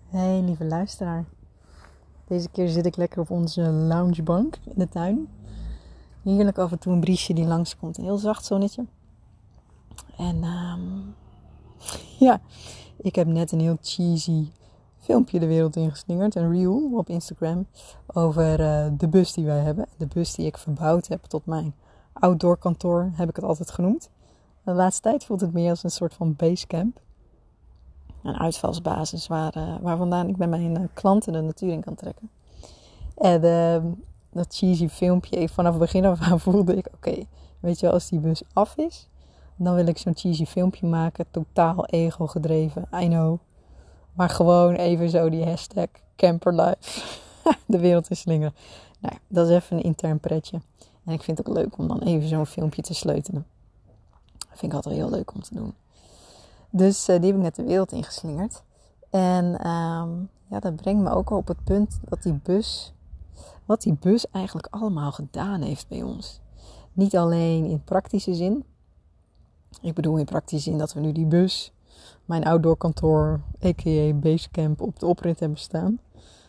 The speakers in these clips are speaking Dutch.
Hey lieve luisteraar. Deze keer zit ik lekker op onze loungebank in de tuin. Heerlijk af en toe een briesje die langskomt. Een heel zacht zonnetje. En ik heb net een heel cheesy filmpje de wereld ingeslingerd. Een reel op Instagram over de bus die wij hebben. De bus die ik verbouwd heb tot mijn outdoor kantoor, heb ik het altijd genoemd. De laatste tijd voelt het meer als een soort van basecamp. Een uitvalsbasis waar vandaan ik met mijn klanten de natuur in kan trekken. En dat cheesy filmpje, vanaf het begin af aan voelde ik, oké, weet je wel, als die bus af is, dan wil ik zo'n cheesy filmpje maken, totaal ego gedreven, I know. Maar gewoon even zo die hashtag camperlife de wereld in slingeren. Nou, dat is even een intern pretje. En ik vind het ook leuk om dan even zo'n filmpje te sleutelen. Dat vind ik altijd heel leuk om te doen. Dus die heb ik net de wereld ingeslingerd. En dat brengt me ook op het punt dat wat die bus eigenlijk allemaal gedaan heeft bij ons. Niet alleen in praktische zin. Ik bedoel in praktische zin dat we nu die bus, mijn outdoor kantoor, a.k.a. Basecamp, op de oprit hebben staan.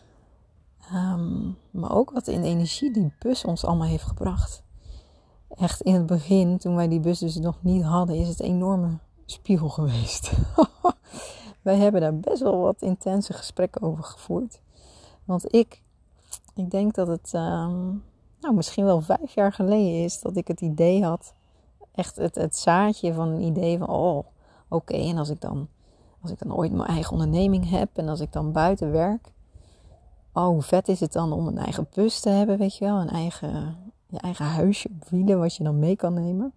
Maar ook wat in de energie die bus ons allemaal heeft gebracht. Echt in het begin, toen wij die bus dus nog niet hadden, is het een enorme spiegel geweest. Wij hebben daar best wel wat intense gesprekken over gevoerd. Want ik denk dat het misschien wel 5 jaar geleden is dat ik het idee had. Echt het zaadje van een idee van oké, en als ik dan ooit mijn eigen onderneming heb en als ik dan buiten werk. Hoe vet is het dan om een eigen bus te hebben, weet je wel. Je eigen huisje op wielen wat je dan mee kan nemen.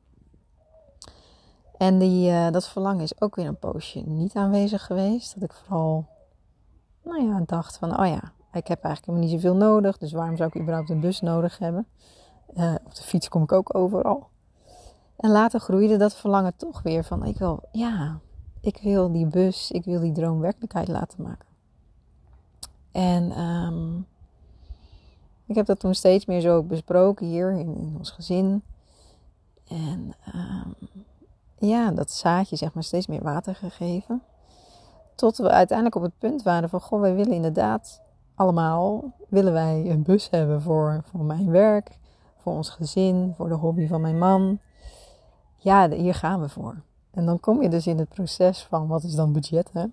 En dat verlangen is ook weer een poosje niet aanwezig geweest. Dat ik vooral dacht van, ik heb eigenlijk helemaal niet zoveel nodig. Dus waarom zou ik überhaupt een bus nodig hebben? Op de fiets kom ik ook overal. En later groeide dat verlangen toch weer van, ik wil die bus, ik wil die droom werkelijkheid laten maken. En ik heb dat toen steeds meer zo besproken hier in ons gezin. En dat zaadje zeg maar steeds meer water gegeven. Tot we uiteindelijk op het punt waren van, wij willen inderdaad allemaal, willen wij een bus hebben voor mijn werk, voor ons gezin, voor de hobby van mijn man. Ja, hier gaan we voor. En dan kom je dus in het proces van, wat is dan budget, hè?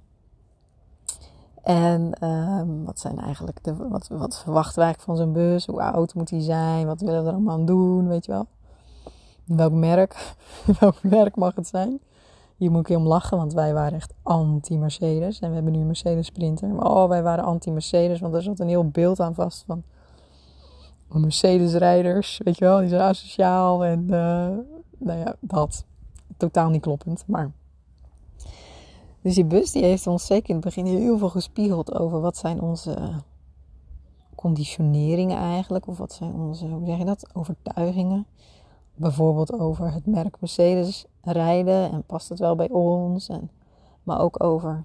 En wat zijn eigenlijk wat verwachten we eigenlijk van zo'n bus? Hoe oud moet die zijn? Wat willen we er allemaal aan doen, weet je wel? Welk merk mag het zijn? Hier moet ik heel om lachen, want wij waren echt anti-Mercedes. En we hebben nu een Mercedes Sprinter. Maar wij waren anti-Mercedes, want er zat een heel beeld aan vast van Mercedes-rijders, weet je wel. Die zijn asociaal en dat. Totaal niet kloppend, maar... Dus die bus die heeft ons zeker in het begin heel veel gespiegeld over wat zijn onze conditioneringen eigenlijk. Of wat zijn onze, overtuigingen. Bijvoorbeeld over het merk Mercedes rijden en past het wel bij ons. Maar ook over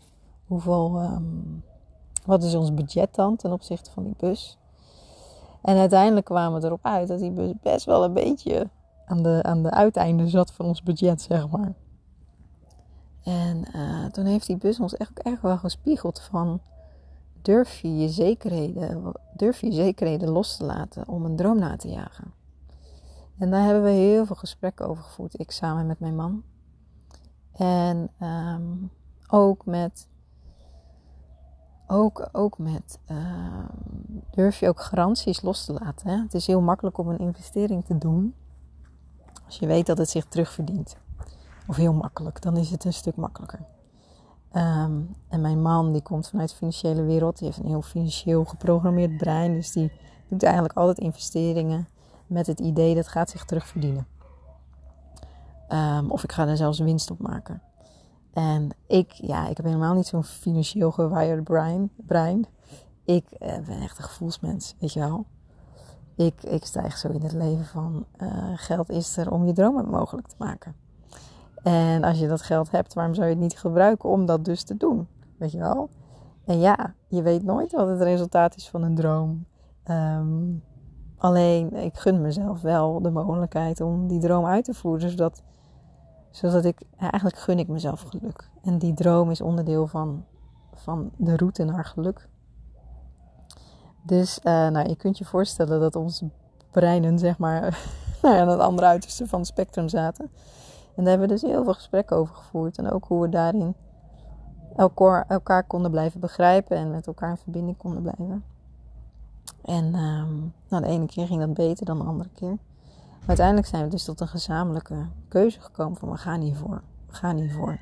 wat is ons budget dan ten opzichte van die bus. En uiteindelijk kwamen we erop uit dat die bus best wel een beetje aan de uiteinden zat van ons budget, zeg maar. En toen heeft die bus ons echt wel gespiegeld van, durf je je zekerheden los te laten om een droom na te jagen. En daar hebben we heel veel gesprekken over gevoerd. Ik samen met mijn man. En ook met durf je ook garanties los te laten. Hè? Het is heel makkelijk om een investering te doen als je weet dat het zich terugverdient. Of heel makkelijk, dan is het een stuk makkelijker. En mijn man, die komt vanuit de financiële wereld. Die heeft een heel financieel geprogrammeerd brein. Dus die doet eigenlijk altijd investeringen met het idee dat gaat zich terugverdienen. Of ik ga er zelfs winst op maken. En ik heb helemaal niet zo'n financieel gewired brein. Ik ben echt een gevoelsmens, weet je wel. Ik sta echt zo in het leven van geld is er om je dromen mogelijk te maken. En als je dat geld hebt, waarom zou je het niet gebruiken om dat dus te doen? Weet je wel? En je weet nooit wat het resultaat is van een droom. Alleen, ik gun mezelf wel de mogelijkheid om die droom uit te voeren. Zodat eigenlijk gun ik mezelf geluk. En die droom is onderdeel van van de route naar geluk. Dus je kunt je voorstellen dat onze breinen, zeg maar, aan het andere uiterste van het spectrum zaten. En daar hebben we dus heel veel gesprekken over gevoerd. En ook hoe we daarin elkaar konden blijven begrijpen en met elkaar in verbinding konden blijven. En de ene keer ging dat beter dan de andere keer. Maar uiteindelijk zijn we dus tot een gezamenlijke keuze gekomen van we gaan hiervoor.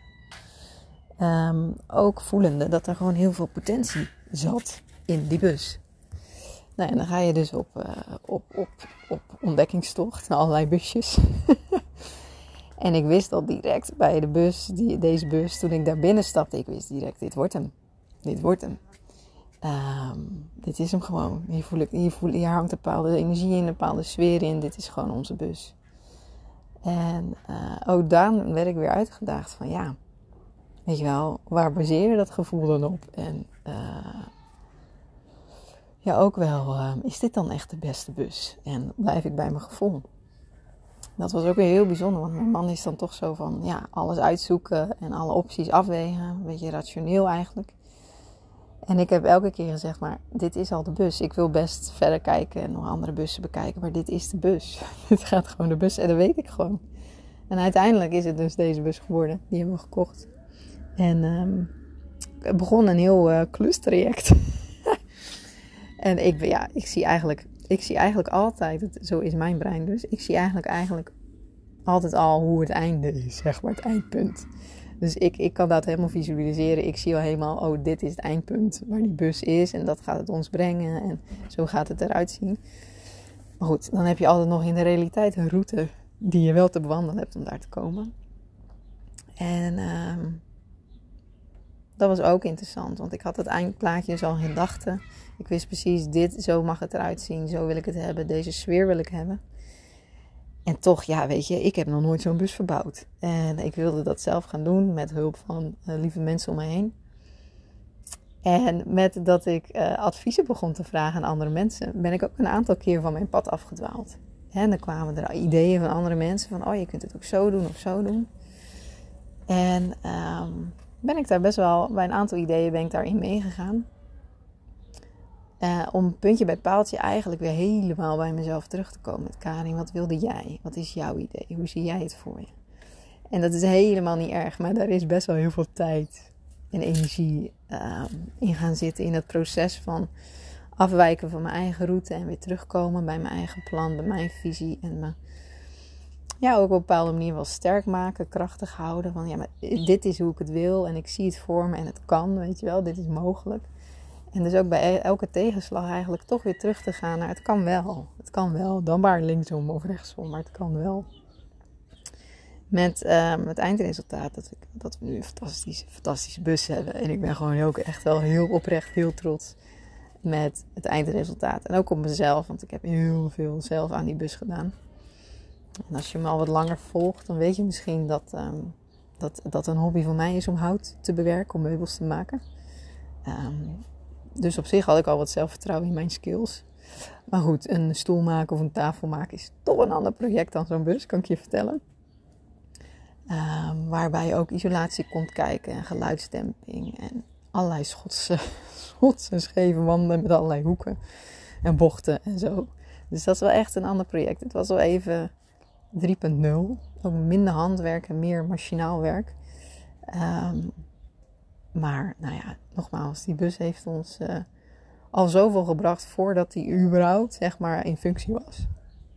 Ook voelende dat er gewoon heel veel potentie zat in die bus. Nou, en dan ga je dus op ontdekkingstocht naar allerlei busjes. En ik wist al direct bij de bus, deze bus, toen ik daar binnen stapte, ik wist direct, dit wordt hem. Dit is hem gewoon. Hier hangt een bepaalde energie in, een bepaalde sfeer in. Dit is gewoon onze bus. En ook dan werd ik weer uitgedaagd van ja, weet je wel, waar baseer je dat gevoel dan op? En ook wel, is dit dan echt de beste bus? En blijf ik bij mijn gevoel? Dat was ook weer heel bijzonder, want mijn man is dan toch zo van, ja, alles uitzoeken en alle opties afwegen. Een beetje rationeel eigenlijk. En ik heb elke keer gezegd, maar dit is al de bus. Ik wil best verder kijken en nog andere bussen bekijken, maar dit is de bus. Dit gaat gewoon de bus en dat weet ik gewoon. En uiteindelijk is het dus deze bus geworden. Die hebben we gekocht. En het begon een heel klustraject. En ik zie eigenlijk altijd, zo is mijn brein dus, ik zie eigenlijk altijd al hoe het einde is, zeg maar, het eindpunt. Dus ik kan dat helemaal visualiseren. Ik zie al helemaal, dit is het eindpunt waar die bus is en dat gaat het ons brengen en zo gaat het eruit zien. Maar goed, dan heb je altijd nog in de realiteit een route die je wel te bewandelen hebt om daar te komen. En dat was ook interessant, want ik had het eindplaatje dus al in gedachten. Ik wist precies, zo mag het eruit zien, zo wil ik het hebben, deze sfeer wil ik hebben. En toch, ja, weet je, ik heb nog nooit zo'n bus verbouwd. En ik wilde dat zelf gaan doen met hulp van lieve mensen om me heen. En met dat ik adviezen begon te vragen aan andere mensen, ben ik ook een aantal keer van mijn pad afgedwaald. En dan kwamen er ideeën van andere mensen van, je kunt het ook zo doen of zo doen. En ben ik daar best wel, bij een aantal ideeën ben ik daarin meegegaan. Om puntje bij paaltje eigenlijk weer helemaal bij mezelf terug te komen met Karin. Wat wilde jij? Wat is jouw idee? Hoe zie jij het voor je? En dat is helemaal niet erg, maar daar is best wel heel veel tijd en energie in gaan zitten. In het proces van afwijken van mijn eigen route en weer terugkomen bij mijn eigen plan, bij mijn visie. En me ook op een bepaalde manier wel sterk maken, krachtig houden. Van maar dit is hoe ik het wil en ik zie het voor me en het kan, weet je wel. Dit is mogelijk. En dus ook bij elke tegenslag eigenlijk toch weer terug te gaan naar het kan wel. Het kan wel, dan maar linksom of rechtsom, maar het kan wel. Met het eindresultaat dat we nu een fantastische bus hebben. En ik ben gewoon ook echt wel heel oprecht, heel trots met het eindresultaat. En ook op mezelf, want ik heb heel veel zelf aan die bus gedaan. En als je me al wat langer volgt, dan weet je misschien dat een hobby van mij is om hout te bewerken, om meubels te maken. Dus op zich had ik al wat zelfvertrouwen in mijn skills. Maar goed, een stoel maken of een tafel maken is toch een ander project dan zo'n bus, kan ik je vertellen. Waarbij ook isolatie komt kijken en geluidsdemping en allerlei schots en scheve wanden met allerlei hoeken en bochten en zo. Dus dat is wel echt een ander project. Het was wel even 3.0. Ook minder handwerk en meer machinaal werk. Maar nogmaals, die bus heeft ons al zoveel gebracht voordat die überhaupt, zeg maar, in functie was.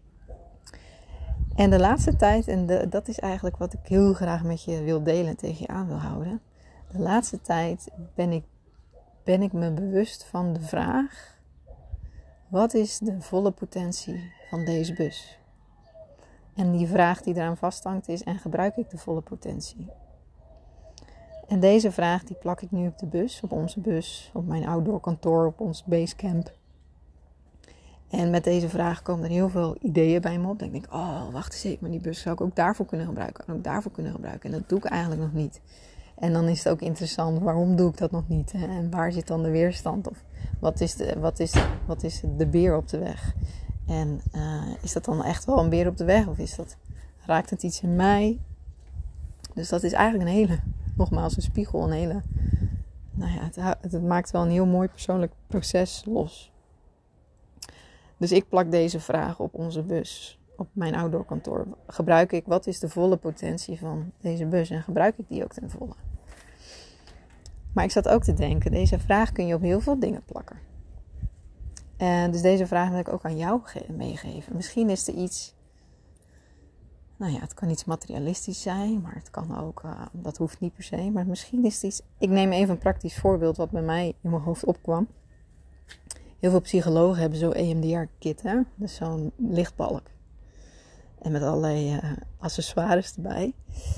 En de laatste tijd, en dat is eigenlijk wat ik heel graag met je wil delen en tegen je aan wil houden. De laatste tijd ben ik me bewust van de vraag, wat is de volle potentie van deze bus? En die vraag die eraan vasthangt is, en gebruik ik de volle potentie? En deze vraag die plak ik nu op de bus, op onze bus, op mijn outdoor kantoor, op ons basecamp. En met deze vraag komen er heel veel ideeën bij me op. Dan denk ik, wacht eens even, maar die bus zou ik ook daarvoor kunnen gebruiken. En ook daarvoor kunnen gebruiken. En dat doe ik eigenlijk nog niet. En dan is het ook interessant, waarom doe ik dat nog niet? Hè? En waar zit dan de weerstand? Of wat is de beer op de weg? En is dat dan echt wel een beer op de weg? Of raakt het iets in mij? Dus dat is eigenlijk nogmaals een spiegel, een hele het maakt wel een heel mooi persoonlijk proces los. Dus ik plak deze vraag op onze bus, op mijn outdoorkantoor. Wat is de volle potentie van deze bus en gebruik ik die ook ten volle? Maar ik zat ook te denken, deze vraag kun je op heel veel dingen plakken. En dus deze vraag wil ik ook aan jou meegeven. Misschien is er iets, het kan iets materialistisch zijn, maar het kan ook, dat hoeft niet per se. Maar misschien is het iets, ik neem even een praktisch voorbeeld wat bij mij in mijn hoofd opkwam. Heel veel psychologen hebben zo'n EMDR-kit, hè? Dus zo'n lichtbalk. En met allerlei accessoires erbij.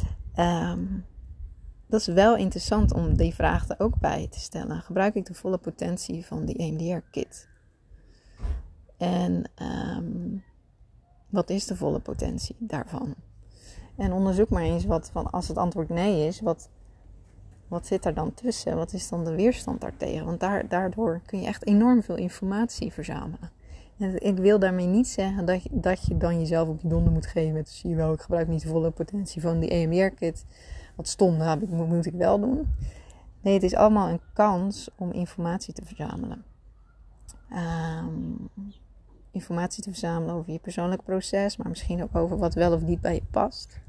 Dat is wel interessant om die vraag er ook bij te stellen. Gebruik ik de volle potentie van die EMDR-kit? En wat is de volle potentie daarvan? En onderzoek maar eens als het antwoord nee is, wat zit er dan tussen? Wat is dan de weerstand daartegen? Want daardoor kun je echt enorm veel informatie verzamelen. En ik wil daarmee niet zeggen dat je dan jezelf op je donder moet geven met, zie je wel, ik gebruik niet de volle potentie van die EMDR-kit. Wat stom, dat moet ik wel doen. Nee, het is allemaal een kans om informatie te verzamelen. Informatie te verzamelen over je persoonlijk proces, maar misschien ook over wat wel of niet bij je past.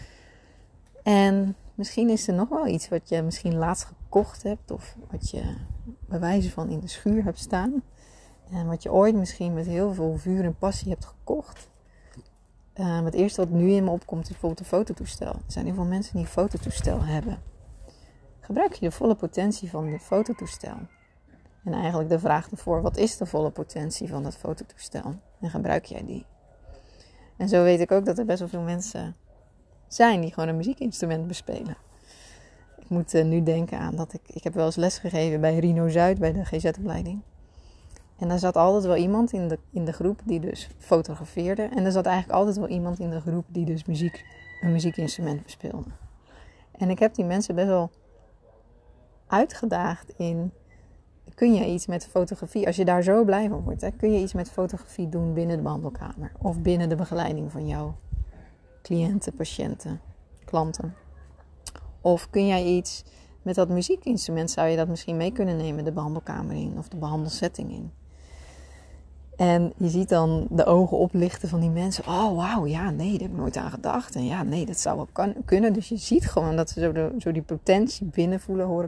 En misschien is er nog wel iets wat je misschien laatst gekocht hebt, of wat je bij wijze van in de schuur hebt staan. En wat je ooit misschien met heel veel vuur en passie hebt gekocht. Het eerste wat nu in me opkomt is bijvoorbeeld een fototoestel. Er zijn heel veel mensen die een fototoestel hebben. Gebruik je de volle potentie van het fototoestel? En eigenlijk de vraag ervoor, wat is de volle potentie van dat fototoestel? En gebruik jij die? En zo weet ik ook dat er best wel veel mensen zijn die gewoon een muziekinstrument bespelen. Ik moet nu denken aan dat ik heb wel eens les gegeven bij Rino Zuid, bij de GZ-opleiding. En daar zat altijd wel iemand in de groep die dus fotografeerde. En er zat eigenlijk altijd wel iemand in de groep die dus een muziekinstrument bespeelde. En ik heb die mensen best wel uitgedaagd in, kun je iets met fotografie, als je daar zo blij van wordt, kun je iets met fotografie doen binnen de behandelkamer. Of binnen de begeleiding van jouw cliënten, patiënten, klanten. Of kun jij iets met dat muziekinstrument, zou je dat misschien mee kunnen nemen de behandelkamer in of de behandelsetting in. En je ziet dan de ogen oplichten van die mensen. Oh, wauw, ja, nee, daar heb ik nooit aan gedacht. En ja, nee, dat zou wel kunnen. Dus je ziet gewoon dat ze zo die potentie binnen voelen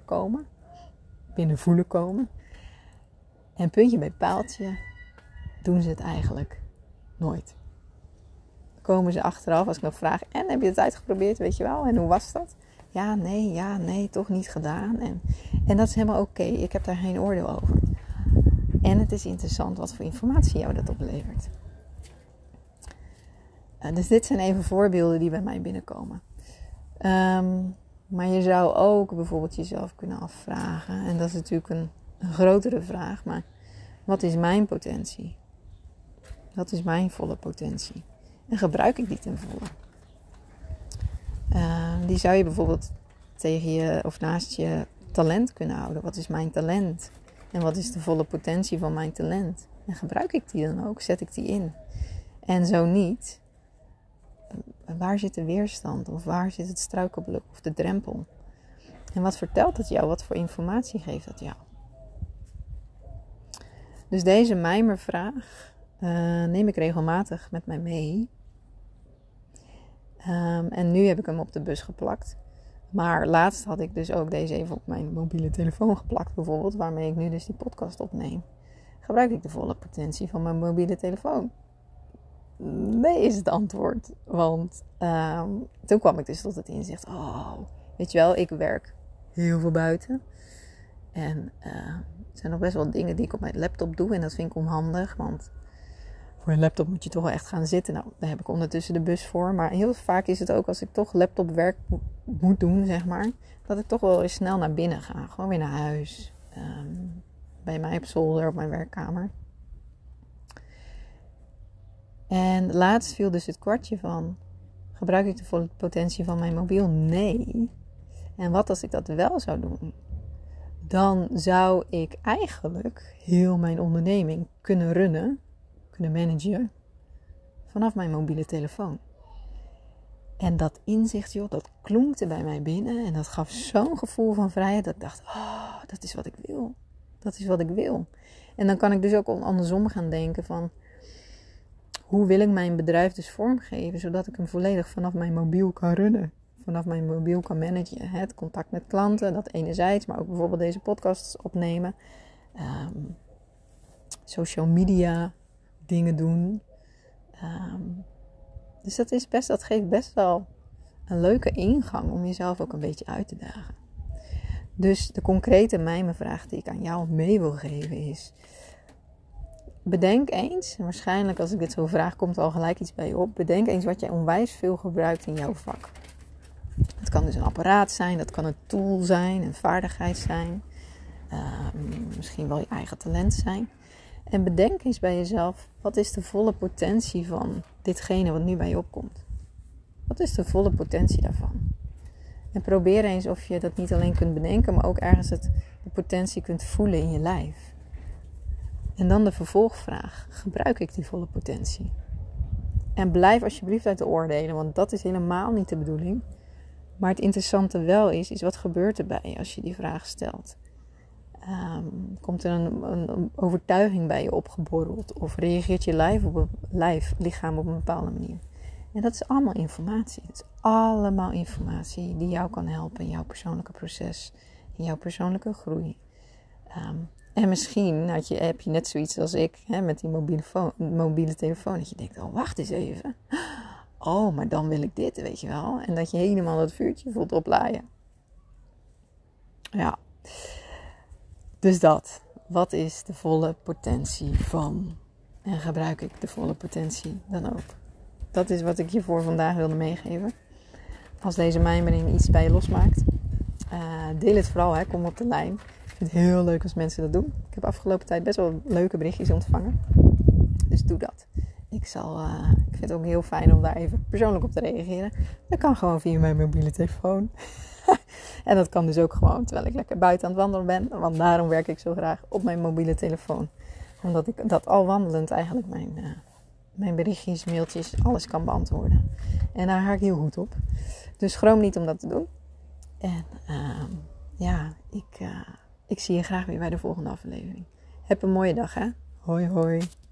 komen. En puntje bij paaltje doen ze het eigenlijk nooit. Komen ze achteraf als ik nog vraag, en heb je het uitgeprobeerd, weet je wel? En hoe was dat? Ja, nee, toch niet gedaan. En dat is helemaal oké. Ik heb daar geen oordeel over. En het is interessant wat voor informatie jou dat oplevert. Dus dit zijn even voorbeelden die bij mij binnenkomen. Maar je zou ook bijvoorbeeld jezelf kunnen afvragen. En dat is natuurlijk een grotere vraag. Maar wat is mijn potentie? Wat is mijn volle potentie? En gebruik ik die ten volle? Die zou je bijvoorbeeld tegen je of naast je talent kunnen houden. Wat is mijn talent? En wat is de volle potentie van mijn talent? En gebruik ik die dan ook? Zet ik die in? En zo niet, waar zit de weerstand? Of waar zit het struikelblok of de drempel? En wat vertelt het jou? Wat voor informatie geeft dat jou? Dus deze mijmervraag neem ik regelmatig met mij mee. En nu heb ik hem op de bus geplakt. Maar laatst had ik dus ook deze even op mijn mobiele telefoon geplakt bijvoorbeeld. Waarmee ik nu dus die podcast opneem. Gebruik ik de volle potentie van mijn mobiele telefoon? Nee is het antwoord. Want toen kwam ik dus tot het inzicht. Oh, weet je wel, ik werk heel veel buiten. En er zijn nog best wel dingen die ik op mijn laptop doe. En dat vind ik onhandig. Want voor een laptop moet je toch wel echt gaan zitten. Nou, daar heb ik ondertussen de bus voor. Maar heel vaak is het ook als ik toch laptopwerk moet doen, zeg maar. Dat ik toch wel eens snel naar binnen ga. Gewoon weer naar huis. Bij mij op zolder, op mijn werkkamer. En laatst viel dus het kwartje van, gebruik ik de volle potentie van mijn mobiel? Nee. En wat als ik dat wel zou doen? Dan zou ik eigenlijk heel mijn onderneming kunnen runnen, kunnen managen vanaf mijn mobiele telefoon. En dat inzicht, joh, dat klonkte bij mij binnen. En dat gaf zo'n gevoel van vrijheid. Dat ik dacht, dat is wat ik wil. Dat is wat ik wil. En dan kan ik dus ook andersom gaan denken van, hoe wil ik mijn bedrijf dus vormgeven, zodat ik hem volledig vanaf mijn mobiel kan runnen. Vanaf mijn mobiel kan managen. Het contact met klanten, dat enerzijds, maar ook bijvoorbeeld deze podcasts opnemen. Social media dingen doen. Dus dat geeft best wel een leuke ingang om jezelf ook een beetje uit te dagen. Dus de concrete mijmervraag die ik aan jou mee wil geven is, bedenk eens, en waarschijnlijk als ik dit zo vraag komt er al gelijk iets bij je op. Bedenk eens wat jij onwijs veel gebruikt in jouw vak. Het kan dus een apparaat zijn, dat kan een tool zijn, een vaardigheid zijn. Misschien wel je eigen talent zijn. En bedenk eens bij jezelf, wat is de volle potentie van ditgene wat nu bij je opkomt? Wat is de volle potentie daarvan? En probeer eens of je dat niet alleen kunt bedenken, maar ook ergens de potentie kunt voelen in je lijf. En dan de vervolgvraag, gebruik ik die volle potentie? En blijf alsjeblieft uit de oordelen, want dat is helemaal niet de bedoeling. Maar het interessante wel is wat gebeurt er bij je als je die vraag stelt? Komt er een overtuiging bij je opgeborreld? Of reageert je lichaam op een bepaalde manier? En dat is allemaal informatie. Het is allemaal informatie die jou kan helpen in jouw persoonlijke proces. In jouw persoonlijke groei. En misschien heb je net zoiets als ik, met die mobiele telefoon. Dat je denkt, wacht eens even. Oh, maar dan wil ik dit, weet je wel. En dat je helemaal dat vuurtje voelt oplaaien. Ja. Dus dat. Wat is de volle potentie van? En gebruik ik de volle potentie dan ook? Dat is wat ik je voor vandaag wilde meegeven. Als deze mijmering iets bij je losmaakt. Deel het vooral, kom op de lijn. Ik vind het heel leuk als mensen dat doen. Ik heb afgelopen tijd best wel leuke berichtjes ontvangen. Dus doe dat. Ik vind het ook heel fijn om daar even persoonlijk op te reageren. Dat kan gewoon via mijn mobiele telefoon. En dat kan dus ook gewoon terwijl ik lekker buiten aan het wandelen ben. Want daarom werk ik zo graag op mijn mobiele telefoon. Omdat ik dat al wandelend eigenlijk mijn berichtjes, mailtjes, alles kan beantwoorden. En daar haak ik heel goed op. Dus schroom niet om dat te doen. En ik zie je graag weer bij de volgende aflevering. Heb een mooie dag, hè? Hoi hoi.